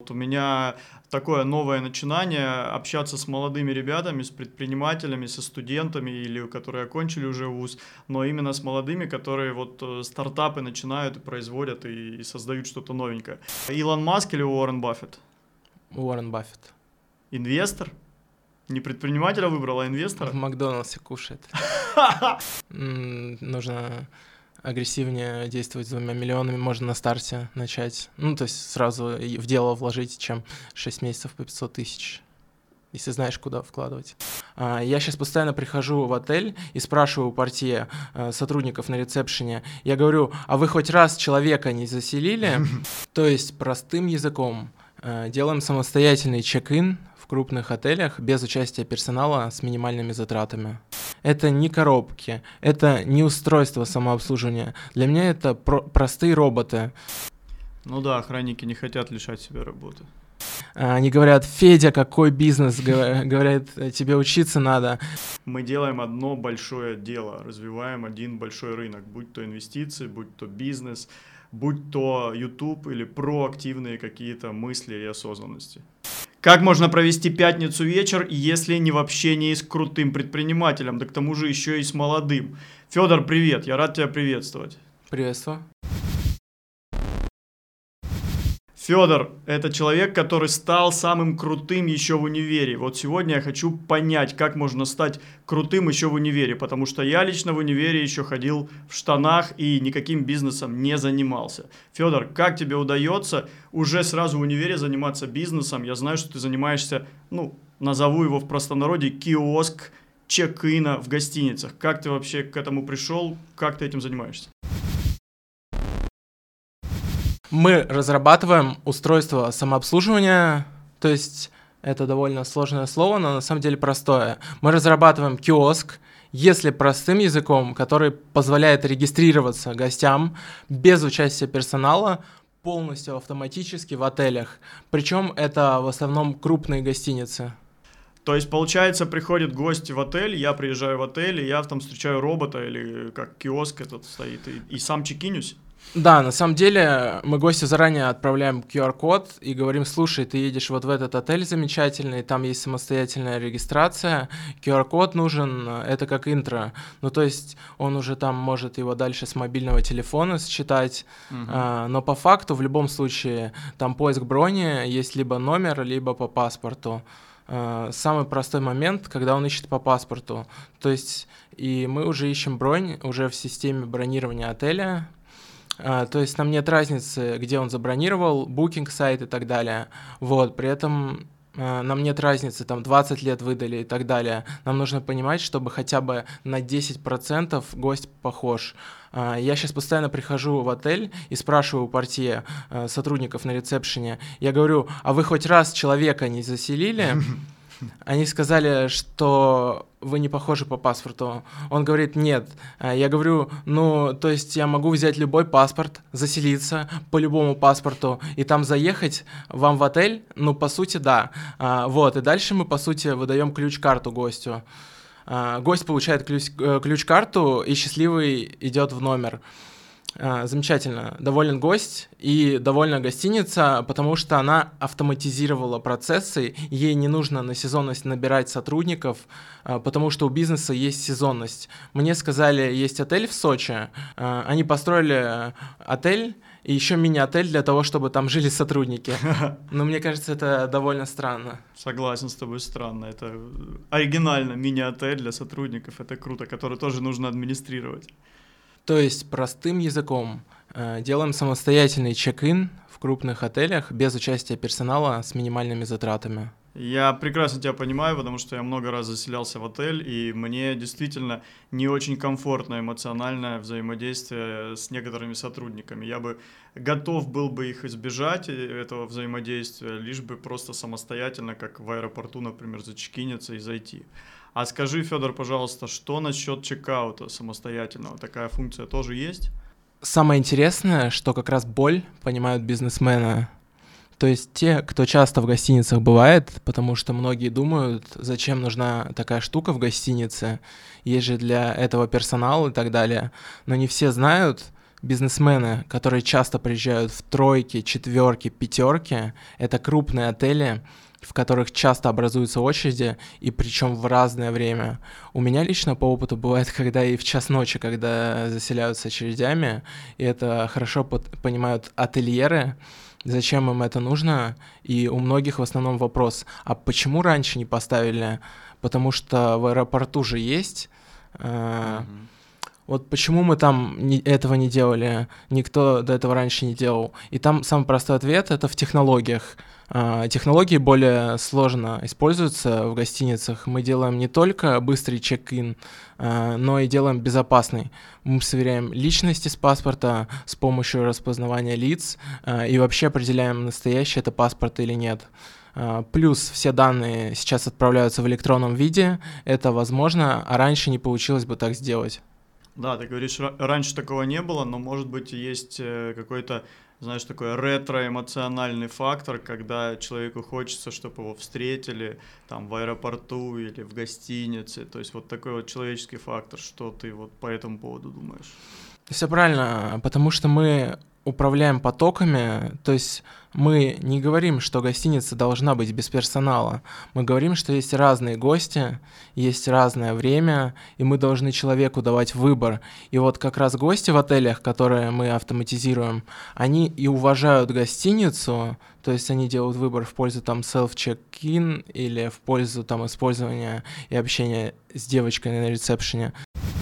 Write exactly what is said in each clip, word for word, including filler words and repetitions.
Вот у меня такое новое начинание — общаться с молодыми ребятами, с предпринимателями, со студентами, или которые окончили уже вуз, но именно с молодыми, которые вот э, стартапы начинают и производят, и, и создают что-то новенькое. Илон Маск или Уоррен Баффет? Уоррен Баффет. Инвестор? Не предпринимателя выбрал, а инвестора? В Макдональдсе кушает. М, Нужно агрессивнее действовать с двумя миллионами, можно на старте начать. Ну, то есть сразу и в дело вложить, чем шесть месяцев по пятьсот тысяч, если знаешь, куда вкладывать. А, Я сейчас постоянно прихожу в отель и спрашиваю у портье, э, сотрудников на ресепшене, я говорю, а вы хоть раз человека не заселили? То есть простым языком э, делаем самостоятельный чек-ин в крупных отелях без участия персонала с минимальными затратами. Это не коробки, это не устройство самообслуживания. Для меня это про- простые роботы. Ну да, охранники не хотят лишать себя работы. А, Они говорят, Федя, какой бизнес? Гова- Говорят, тебе учиться надо. Мы делаем одно большое дело, развиваем один большой рынок, будь то инвестиции, будь то бизнес, будь то YouTube или проактивные какие-то мысли и осознанности. Как можно провести пятницу вечер, если не в общении с крутым предпринимателем, да к тому же еще и с молодым? Федор, привет, я рад тебя приветствовать. Приветствую. Федор – это человек, который стал самым крутым еще в универе. Вот сегодня я хочу понять, как можно стать крутым еще в универе, потому что я лично в универе еще ходил в штанах и никаким бизнесом не занимался. Федор, как тебе удается уже сразу в универе заниматься бизнесом? Я знаю, что ты занимаешься, ну, назову его в простонародье, киоск чек-ина в гостиницах. Как ты вообще к этому пришел? Как ты этим занимаешься? Мы разрабатываем устройство самообслуживания, то есть это довольно сложное слово, но на самом деле простое. Мы разрабатываем киоск, если простым языком, который позволяет регистрироваться гостям без участия персонала полностью автоматически в отелях. Причем это в основном крупные гостиницы. То есть, получается, приходит гость в отель, я приезжаю в отель, и я там встречаю робота, или как киоск этот стоит, и, и сам чекинюсь? Да, на самом деле мы гостю заранее отправляем ку ар-код и говорим, слушай, ты едешь вот в этот отель замечательный, там есть самостоятельная регистрация, ку ар-код нужен, это как интро, ну то есть он уже там может его дальше с мобильного телефона считать, Угу. а, но по факту в любом случае там поиск брони, есть либо номер, либо по паспорту. А, самый простой момент, когда он ищет по паспорту, то есть и мы уже ищем бронь уже в системе бронирования отеля. Uh, то есть нам нет разницы, где он забронировал, букинг сайт и так далее. Вот, при этом uh, нам нет разницы, там двадцать лет выдали и так далее. Нам нужно понимать, чтобы хотя бы на десять процентов гость похож. Uh, я сейчас постоянно прихожу в отель и спрашиваю у портье, uh, сотрудников на ресепшене, я говорю, а вы хоть раз человека не заселили? Они сказали, что вы не похожи по паспорту. Он говорит, нет. Я говорю, ну, то есть я могу взять любой паспорт, заселиться по любому паспорту и там заехать вам в отель? Ну, по сути, да. Вот, и дальше мы, по сути, выдаем ключ-карту гостю. Гость получает ключ- ключ-карту и счастливый идет в номер. Замечательно. Доволен гость и довольна гостиница, потому что она автоматизировала процессы, ей не нужно на сезонность набирать сотрудников, потому что у бизнеса есть сезонность. Мне сказали, есть отель в Сочи, они построили отель и еще мини-отель для того, чтобы там жили сотрудники. Но мне кажется, это довольно странно. Согласен с тобой, странно. Это оригинально, мини-отель для сотрудников, это круто, который тоже нужно администрировать. То есть простым языком э, делаем самостоятельный чек-ин в крупных отелях без участия персонала с минимальными затратами. Я прекрасно тебя понимаю, потому что я много раз заселялся в отель, и мне действительно не очень комфортно эмоциональное взаимодействие с некоторыми сотрудниками. Я бы готов был бы их избежать, этого взаимодействия, лишь бы просто самостоятельно, как в аэропорту, например, зачекиниться и зайти. А скажи, Федор, пожалуйста, что насчет чекаута самостоятельного? Такая функция тоже есть? Самое интересное, что как раз боль понимают бизнесмены. То есть те, кто часто в гостиницах бывает, потому что многие думают, зачем нужна такая штука в гостинице, есть же для этого персонал и так далее. Но не все знают, бизнесмены, которые часто приезжают в тройки, четверки, пятерки, это крупные отели, в которых часто образуются очереди, и причем в разное время. У меня лично по опыту бывает, когда и в час ночи, когда заселяются очередями, и это хорошо под- понимают ательеры, зачем им это нужно, и у многих в основном вопрос, а почему раньше не поставили? Потому что в аэропорту же есть... Э- Мгм. Вот почему мы там не- этого не делали, никто до этого раньше не делал. И там самый простой ответ — это в технологиях. А, Технологии более сложно используются в гостиницах. Мы делаем не только быстрый чек-ин, а, но и делаем безопасный. Мы сверяем личности с паспорта с помощью распознавания лиц а, и вообще определяем, настоящий это паспорт или нет. А, Плюс все данные сейчас отправляются в электронном виде. Это возможно, а раньше не получилось бы так сделать. Да, ты говоришь, ра- раньше такого не было, но может быть есть э, какой-то, знаешь, такой ретро-эмоциональный фактор, когда человеку хочется, чтобы его встретили там в аэропорту или в гостинице. То есть вот такой вот человеческий фактор. Что ты вот по этому поводу думаешь? Все правильно, потому что мы управляем потоками, то есть мы не говорим, что гостиница должна быть без персонала. Мы говорим, что есть разные гости, есть разное время, и мы должны человеку давать выбор. И вот как раз гости в отелях, которые мы автоматизируем, они и уважают гостиницу, то есть они делают выбор в пользу там self-check-in или в пользу там использования и общения с девочкой на ресепшене.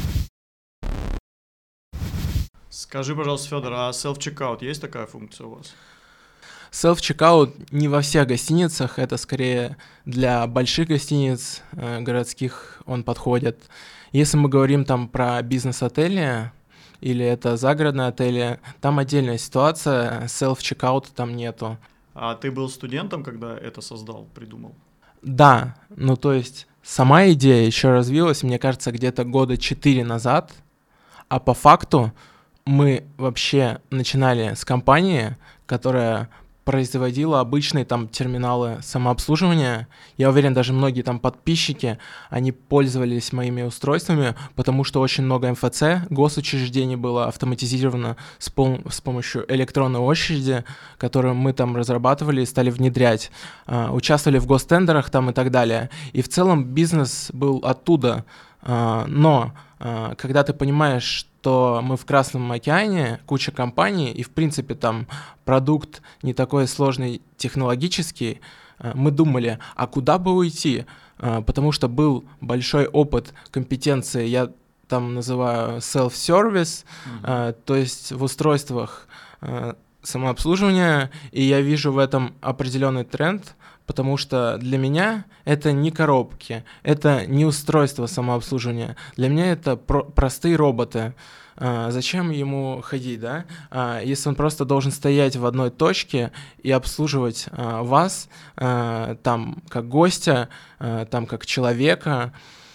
Скажи, пожалуйста, Федор, а self-checkout есть такая функция у вас? Self-checkout не во всех гостиницах, это скорее для больших гостиниц э, городских он подходит. Если мы говорим там про бизнес-отели или это загородные отели, там отдельная ситуация, self-checkout там нету. А ты был студентом, когда это создал, придумал? Да, ну то есть сама идея еще развилась, мне кажется, где-то года четыре назад, а по факту мы вообще начинали с компании, которая производила обычные там терминалы самообслуживания. Я уверен, даже многие там подписчики, они пользовались моими устройствами, потому что очень много эм эф цэ, госучреждений было автоматизировано с, пол- с помощью электронной очереди, которую мы там разрабатывали и стали внедрять. А, участвовали в гостендерах там и так далее. И в целом бизнес был оттуда. А, но а, когда ты понимаешь, что мы в Красном океане, куча компаний, и в принципе там продукт не такой сложный технологический, а, мы думали, а куда бы уйти? А, потому что был большой опыт компетенции, я там называю self-service, Мгм. а, то есть в устройствах а, самообслуживания, и я вижу в этом определенный тренд, потому что для меня это не коробки, это не устройство самообслуживания. Для меня это про- простые роботы. А, зачем ему ходить, да? А, если он просто должен стоять в одной точке и обслуживать а, вас, а, там, как гостя, а, там, как человека.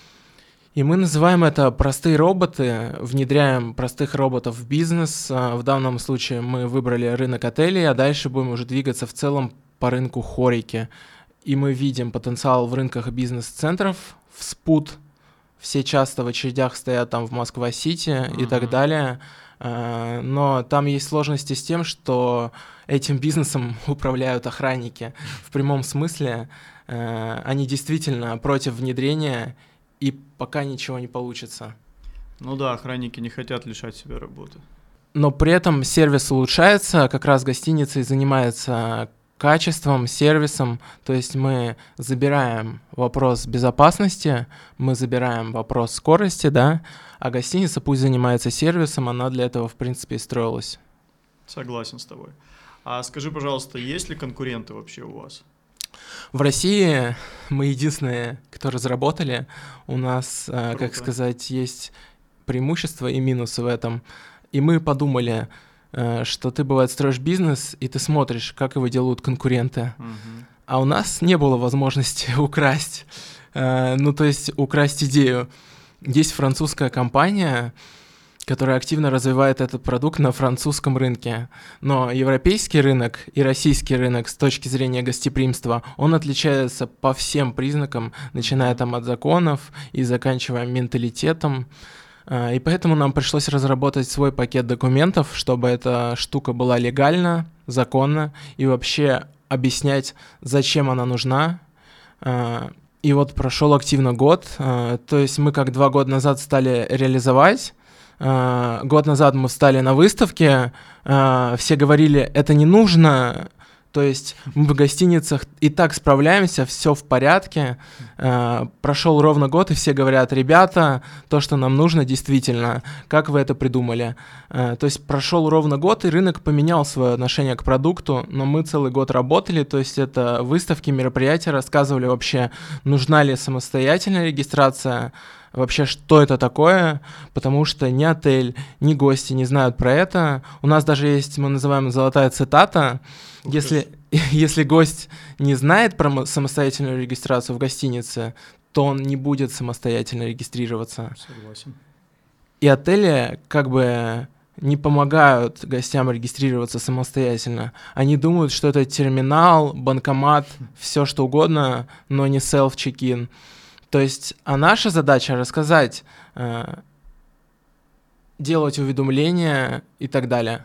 И мы называем это простые роботы, внедряем простых роботов в бизнес. А, В данном случае мы выбрали рынок отелей, а дальше будем уже двигаться в целом по рынку хорики. И мы видим потенциал в рынках бизнес-центров, в спут. Все часто в очередях стоят там в Москва-Сити и так Мгм. далее. А, Но там есть сложности с тем, что этим бизнесом управляют охранники. В прямом смысле э, они действительно против внедрения, и пока ничего не получится. Ну да, охранники не хотят лишать себя работы. Но при этом сервис улучшается, как раз гостиница и занимается качеством, сервисом, то есть мы забираем вопрос безопасности, мы забираем вопрос скорости, да, а гостиница пусть занимается сервисом, она для этого, в принципе, и строилась. Согласен с тобой. А скажи, пожалуйста, есть ли конкуренты вообще у вас? В России мы единственные, кто разработали, у нас, э, как Круто. сказать, есть преимущества и минусы в этом, и мы подумали, э, что ты, бывает, строишь бизнес, и ты смотришь, как его делают конкуренты. Мгм. А у нас не было возможности украсть, э, ну то есть украсть идею. Есть французская компания, которая активно развивает этот продукт на французском рынке. Но европейский рынок и российский рынок с точки зрения гостеприимства, он отличается по всем признакам, начиная там от законов и заканчивая менталитетом. И поэтому нам пришлось разработать свой пакет документов, чтобы эта штука была легальна, законна, и вообще объяснять, зачем она нужна. И вот прошел активно год, то есть мы как два года назад стали реализовать. Год назад мы встали на выставке, все говорили, это не нужно. То есть мы в гостиницах и так справляемся, все в порядке. Э, прошел ровно год, и все говорят, ребята, то, что нам нужно, действительно, как вы это придумали? Э, то есть прошел ровно год, и рынок поменял свое отношение к продукту, но мы целый год работали, то есть это выставки, мероприятия, рассказывали вообще, нужна ли самостоятельная регистрация, вообще, что это такое, потому что ни отель, ни гости не знают про это. У нас даже есть, мы называем, золотая цитата. Если, если гость не знает про самостоятельную регистрацию в гостинице, то он не будет самостоятельно регистрироваться. Согласен. И отели как бы не помогают гостям регистрироваться самостоятельно. Они думают, что это терминал, банкомат, все что угодно, но не self-check-in. То есть, а наша задача рассказать, э, делать уведомления и так далее.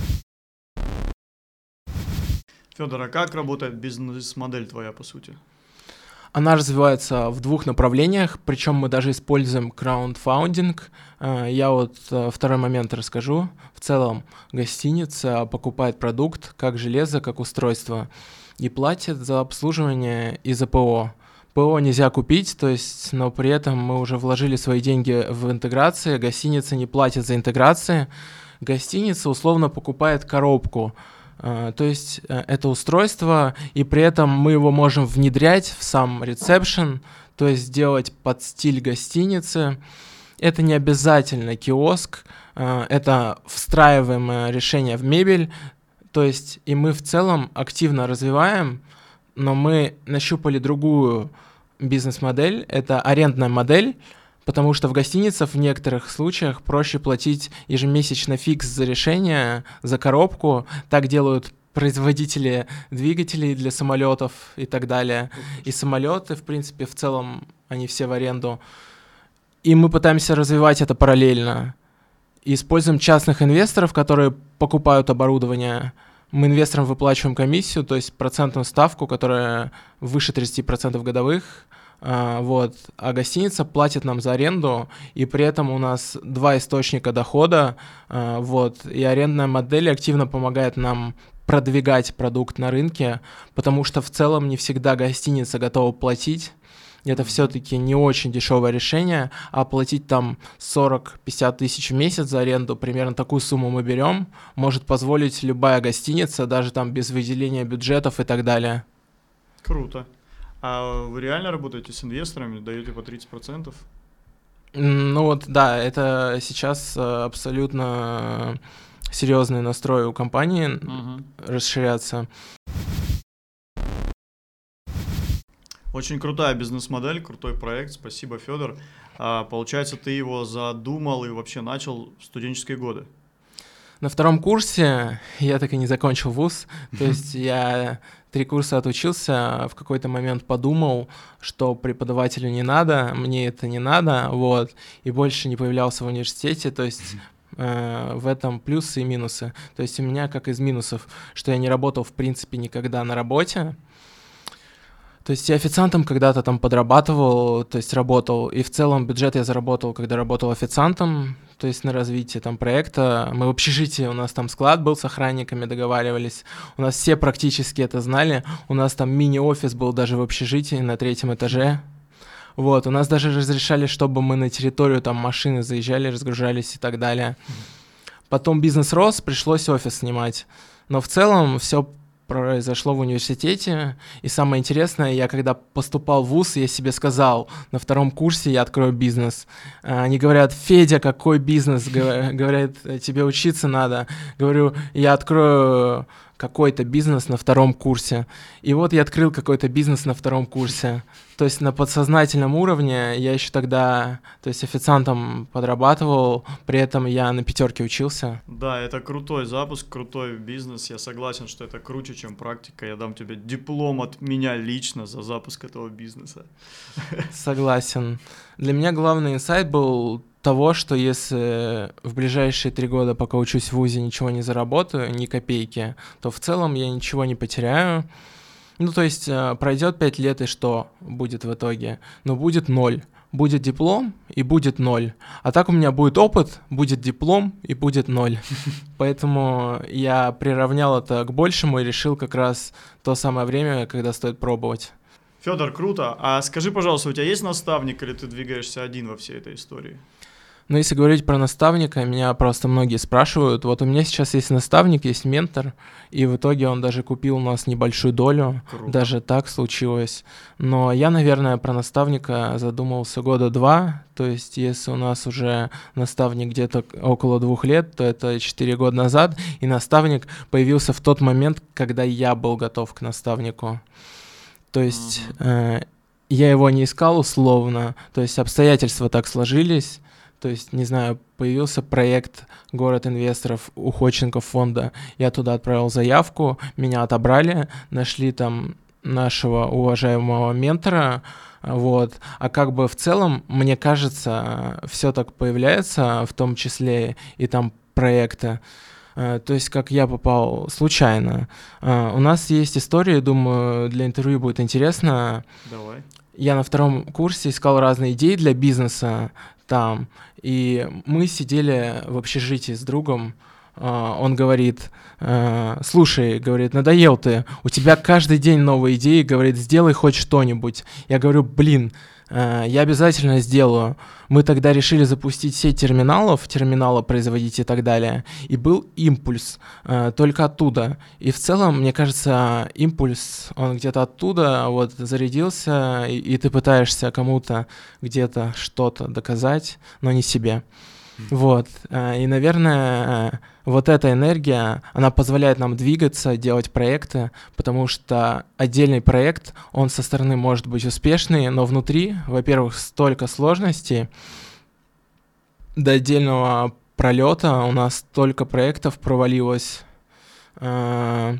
Федор, а как работает бизнес-модель твоя, по сути? Она развивается в двух направлениях, причем мы даже используем краундфандинг. Э, я вот э, второй момент расскажу. В целом, гостиница покупает продукт, как железо, как устройство, и платит за обслуживание и за ПО. ПО нельзя купить, то есть, но при этом мы уже вложили свои деньги в интеграции, гостиница не платит за интеграции, гостиница условно покупает коробку, э, то есть э, это устройство, и при этом мы его можем внедрять в сам ресепшн, то есть сделать под стиль гостиницы. Это не обязательно киоск, э, это встраиваемое решение в мебель, то есть и мы в целом активно развиваем. Но мы нащупали другую бизнес-модель, это арендная модель, потому что в гостиницах в некоторых случаях проще платить ежемесячно фикс за решение, за коробку. Так делают производители двигателей для самолетов и так далее. И самолеты, в принципе, в целом, они все в аренду. И мы пытаемся развивать это параллельно. И используем частных инвесторов, которые покупают оборудование. Мы инвесторам выплачиваем комиссию, то есть процентную ставку, которая выше тридцать процентов годовых, а, вот, а гостиница платит нам за аренду, и при этом у нас два источника дохода, а, вот, и арендная модель активно помогает нам продвигать продукт на рынке, потому что в целом не всегда гостиница готова платить. Это все-таки не очень дешевое решение, а платить там сорок-пятьдесят тысяч в месяц за аренду, примерно такую сумму мы берем, может позволить любая гостиница, даже там без выделения бюджетов и так далее. Круто. А вы реально работаете с инвесторами, даете по тридцать процентов? Ну вот, да, это сейчас абсолютно серьезный настрой у компании угу. расширяться. Очень крутая бизнес-модель, крутой проект, спасибо, Федор. А, получается, ты его задумал и вообще начал в студенческие годы? На втором курсе я так и не закончил вуз, то есть я три курса отучился, в какой-то момент подумал, что преподавателю не надо, мне это не надо, вот, и больше не появлялся в университете, то есть э, в этом плюсы и минусы. То есть у меня как из минусов, что я не работал в принципе никогда на работе. То есть я официантом когда-то там подрабатывал, то есть работал, и в целом бюджет я заработал, когда работал официантом, то есть на развитие там проекта. Мы в общежитии, у нас там склад был с охранниками, договаривались, у нас все практически это знали, у нас там мини-офис был даже в общежитии на третьем этаже. Вот, у нас даже разрешали, чтобы мы на территорию там машины заезжали, разгружались и так далее. Потом бизнес рос, пришлось офис снимать, но в целом все произошло в университете, и самое интересное, я когда поступал в вуз, я себе сказал, на втором курсе я открою бизнес. Они говорят, Федя, какой бизнес? Говорят, тебе учиться надо. Говорю, я открою какой-то бизнес на втором курсе. И вот я открыл какой-то бизнес на втором курсе. То есть на подсознательном уровне я еще тогда, то есть официантом подрабатывал, при этом я на пятерке учился. Да, это крутой запуск, крутой бизнес. Я согласен, что это круче, чем практика. Я дам тебе диплом от меня лично за запуск этого бизнеса. Согласен. Для меня главный инсайт был того, что если в ближайшие три года, пока учусь в вузе, ничего не заработаю, ни копейки, то в целом я ничего не потеряю. Ну, то есть э, пройдет пять лет, и что будет в итоге? Ну, будет ноль. Будет диплом, и будет ноль. А так у меня будет опыт, будет диплом, и будет ноль. Поэтому я приравнял это к большему и решил как раз то самое время, когда стоит пробовать. Федор, круто. А скажи, пожалуйста, у тебя есть наставник, или ты двигаешься один во всей этой истории? Ну, если говорить про наставника, меня просто многие спрашивают. Вот у меня сейчас есть наставник, есть ментор, и в итоге он даже купил у нас небольшую долю. Круто. Даже так случилось. Но я, наверное, про наставника задумался года два. То есть, если у нас уже наставник где-то около двух лет, то это четыре года назад, и наставник появился в тот момент, когда я был готов к наставнику. То есть, mm-hmm. э, я его не искал условно, то есть обстоятельства так сложились. То есть, не знаю, появился проект «Город инвесторов» у Ходченков фонда. Я туда отправил заявку, меня отобрали, нашли там нашего уважаемого ментора. Вот. А как бы в целом, мне кажется, все так появляется, в том числе и там проекты. То есть, как я попал случайно. У нас есть история, думаю, для интервью будет интересно. Давай. Я на втором курсе искал разные идеи для бизнеса там, и мы сидели в общежитии с другом. Он говорит: слушай, говорит, надоел ты, у тебя каждый день новые идеи, говорит, сделай хоть что-нибудь. Я говорю, блин, я обязательно сделаю. Мы тогда решили запустить сеть терминалов, терминалы производить и так далее. И был импульс э, только оттуда. И в целом, мне кажется, импульс, он где-то оттуда вот зарядился, и, и ты пытаешься кому-то где-то что-то доказать, но не себе. Вот, и, наверное, вот эта энергия, она позволяет нам двигаться, делать проекты, потому что отдельный проект, он со стороны может быть успешный, но внутри, во-первых, столько сложностей, до отдельного пролета у нас столько проектов провалилось. Мы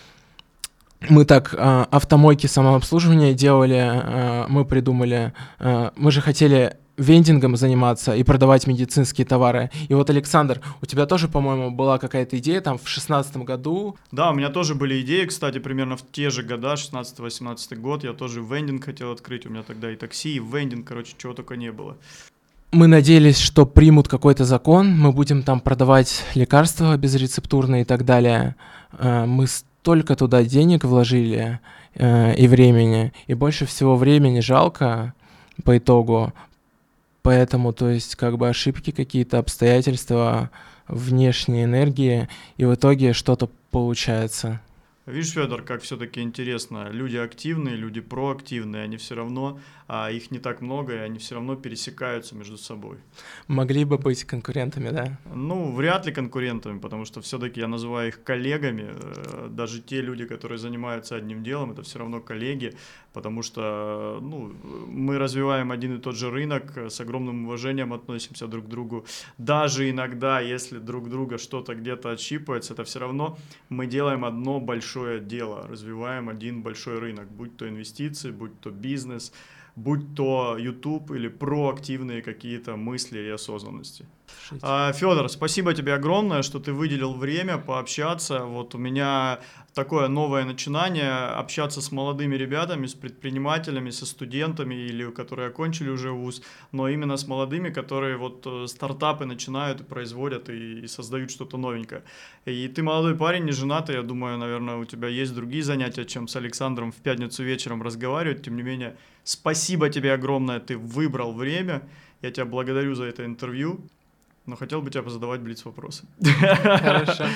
так автомойки самообслуживания делали, мы придумали, мы же хотели вендингом заниматься и продавать медицинские товары. И вот, Александр, у тебя тоже, по-моему, была какая-то идея там в шестнадцатом году. Да, у меня тоже были идеи, кстати, примерно в те же года, шестнадцатый-восемнадцатый год, я тоже вендинг хотел открыть, у меня тогда и такси, и вендинг, короче, чего только не было. Мы надеялись, что примут какой-то закон, мы будем там продавать лекарства безрецептурные и так далее. Мы столько туда денег вложили и времени, и больше всего времени жалко по итогу. Поэтому, то есть, как бы ошибки какие-то, обстоятельства, внешней энергии, и в итоге что-то получается. Видишь, Федор, как все-таки интересно. Люди активные, люди проактивные, они все равно, а их не так много, и они все равно пересекаются между собой. Могли бы быть конкурентами, да? Ну, вряд ли конкурентами, потому что все-таки я называю их коллегами. Даже те люди, которые занимаются одним делом, это все равно коллеги, потому что ну, мы развиваем один и тот же рынок, с огромным уважением относимся друг к другу. Даже иногда, если друг друга что-то где-то отщипывается, это все равно мы делаем одно большое дело, развиваем один большой рынок, будь то инвестиции, будь то бизнес, будь то YouTube или проактивные какие-то мысли и осознанности. А, Федор, спасибо тебе огромное, что ты выделил время пообщаться. Вот у меня такое новое начинание — общаться с молодыми ребятами, с предпринимателями, со студентами, или которые окончили уже вуз, но именно с молодыми, которые вот стартапы начинают и производят и, и создают что-то новенькое. И ты молодой парень, не женатый, я думаю, наверное, у тебя есть другие занятия, чем с Александром в пятницу вечером разговаривать. Тем не менее, спасибо тебе огромное, ты выбрал время, я тебя благодарю за это интервью. Но хотел бы тебя позадавать блиц-вопросы. Хорошо.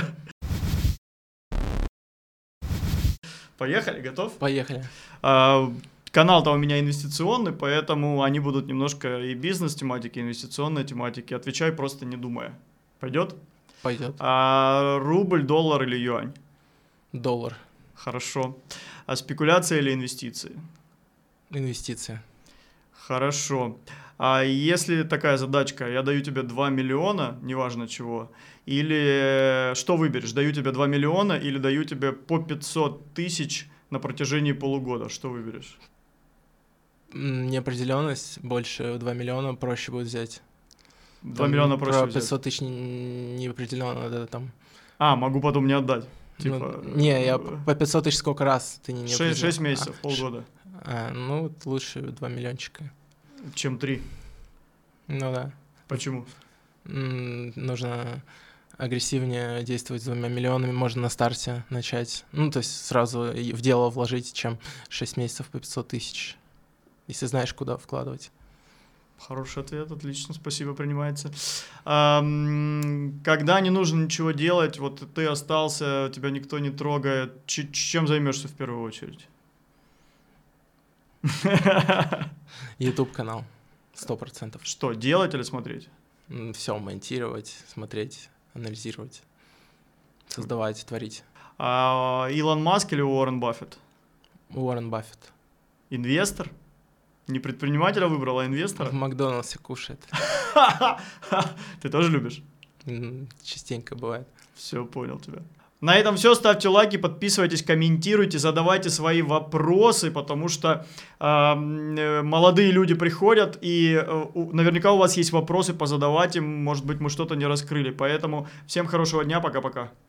Поехали, готов? Поехали. А, канал-то у меня инвестиционный, поэтому они будут немножко и бизнес-тематики, и инвестиционной тематики. Отвечай просто не думая. Пойдет? Пойдет. А, рубль, доллар или юань? Доллар. Хорошо. А спекуляция или инвестиции? Инвестиция. Хорошо. А если такая задачка, я даю тебе два миллиона, неважно чего, или что выберешь, даю тебе два миллиона или даю тебе по пятьсот тысяч на протяжении полугода, что выберешь? Неопределенность, больше два миллиона проще будет взять. два Там миллиона проще про взять. пятьсот тысяч не, не определенно, надо там... А, могу потом не отдать. Типа, ну, не, я по пятьсот тысяч сколько раз ты не, не шесть, шесть определял. месяцев, А, полгода. А, ну, вот лучше два миллиончика. Чем три. Ну да. Почему? М, нужно агрессивнее действовать с двумя миллионами, можно на старте начать. Ну, то есть сразу и в дело вложить, чем шесть месяцев по пятьсот тысяч, если знаешь, куда вкладывать. Хороший ответ, отлично, спасибо, принимается. А, м, когда не нужно ничего делать, вот ты остался, тебя никто не трогает, ч- чем займешься в первую очередь? YouTube-канал, сто процентов. Что, делать или смотреть? Все монтировать, смотреть, анализировать, создавать, творить. А, Илон Маск или Уоррен Баффет? Уоррен Баффет. Инвестор? Не предпринимателя выбрал, а инвестора? В Макдональдсе кушает. Ты тоже любишь? М, Частенько бывает. Все, понял тебя. На этом все. Ставьте лайки, подписывайтесь, комментируйте, задавайте свои вопросы, потому что э, э, молодые люди приходят, и э, у, наверняка у вас есть вопросы позадавать им, может быть, мы что-то не раскрыли. Поэтому всем хорошего дня, пока-пока.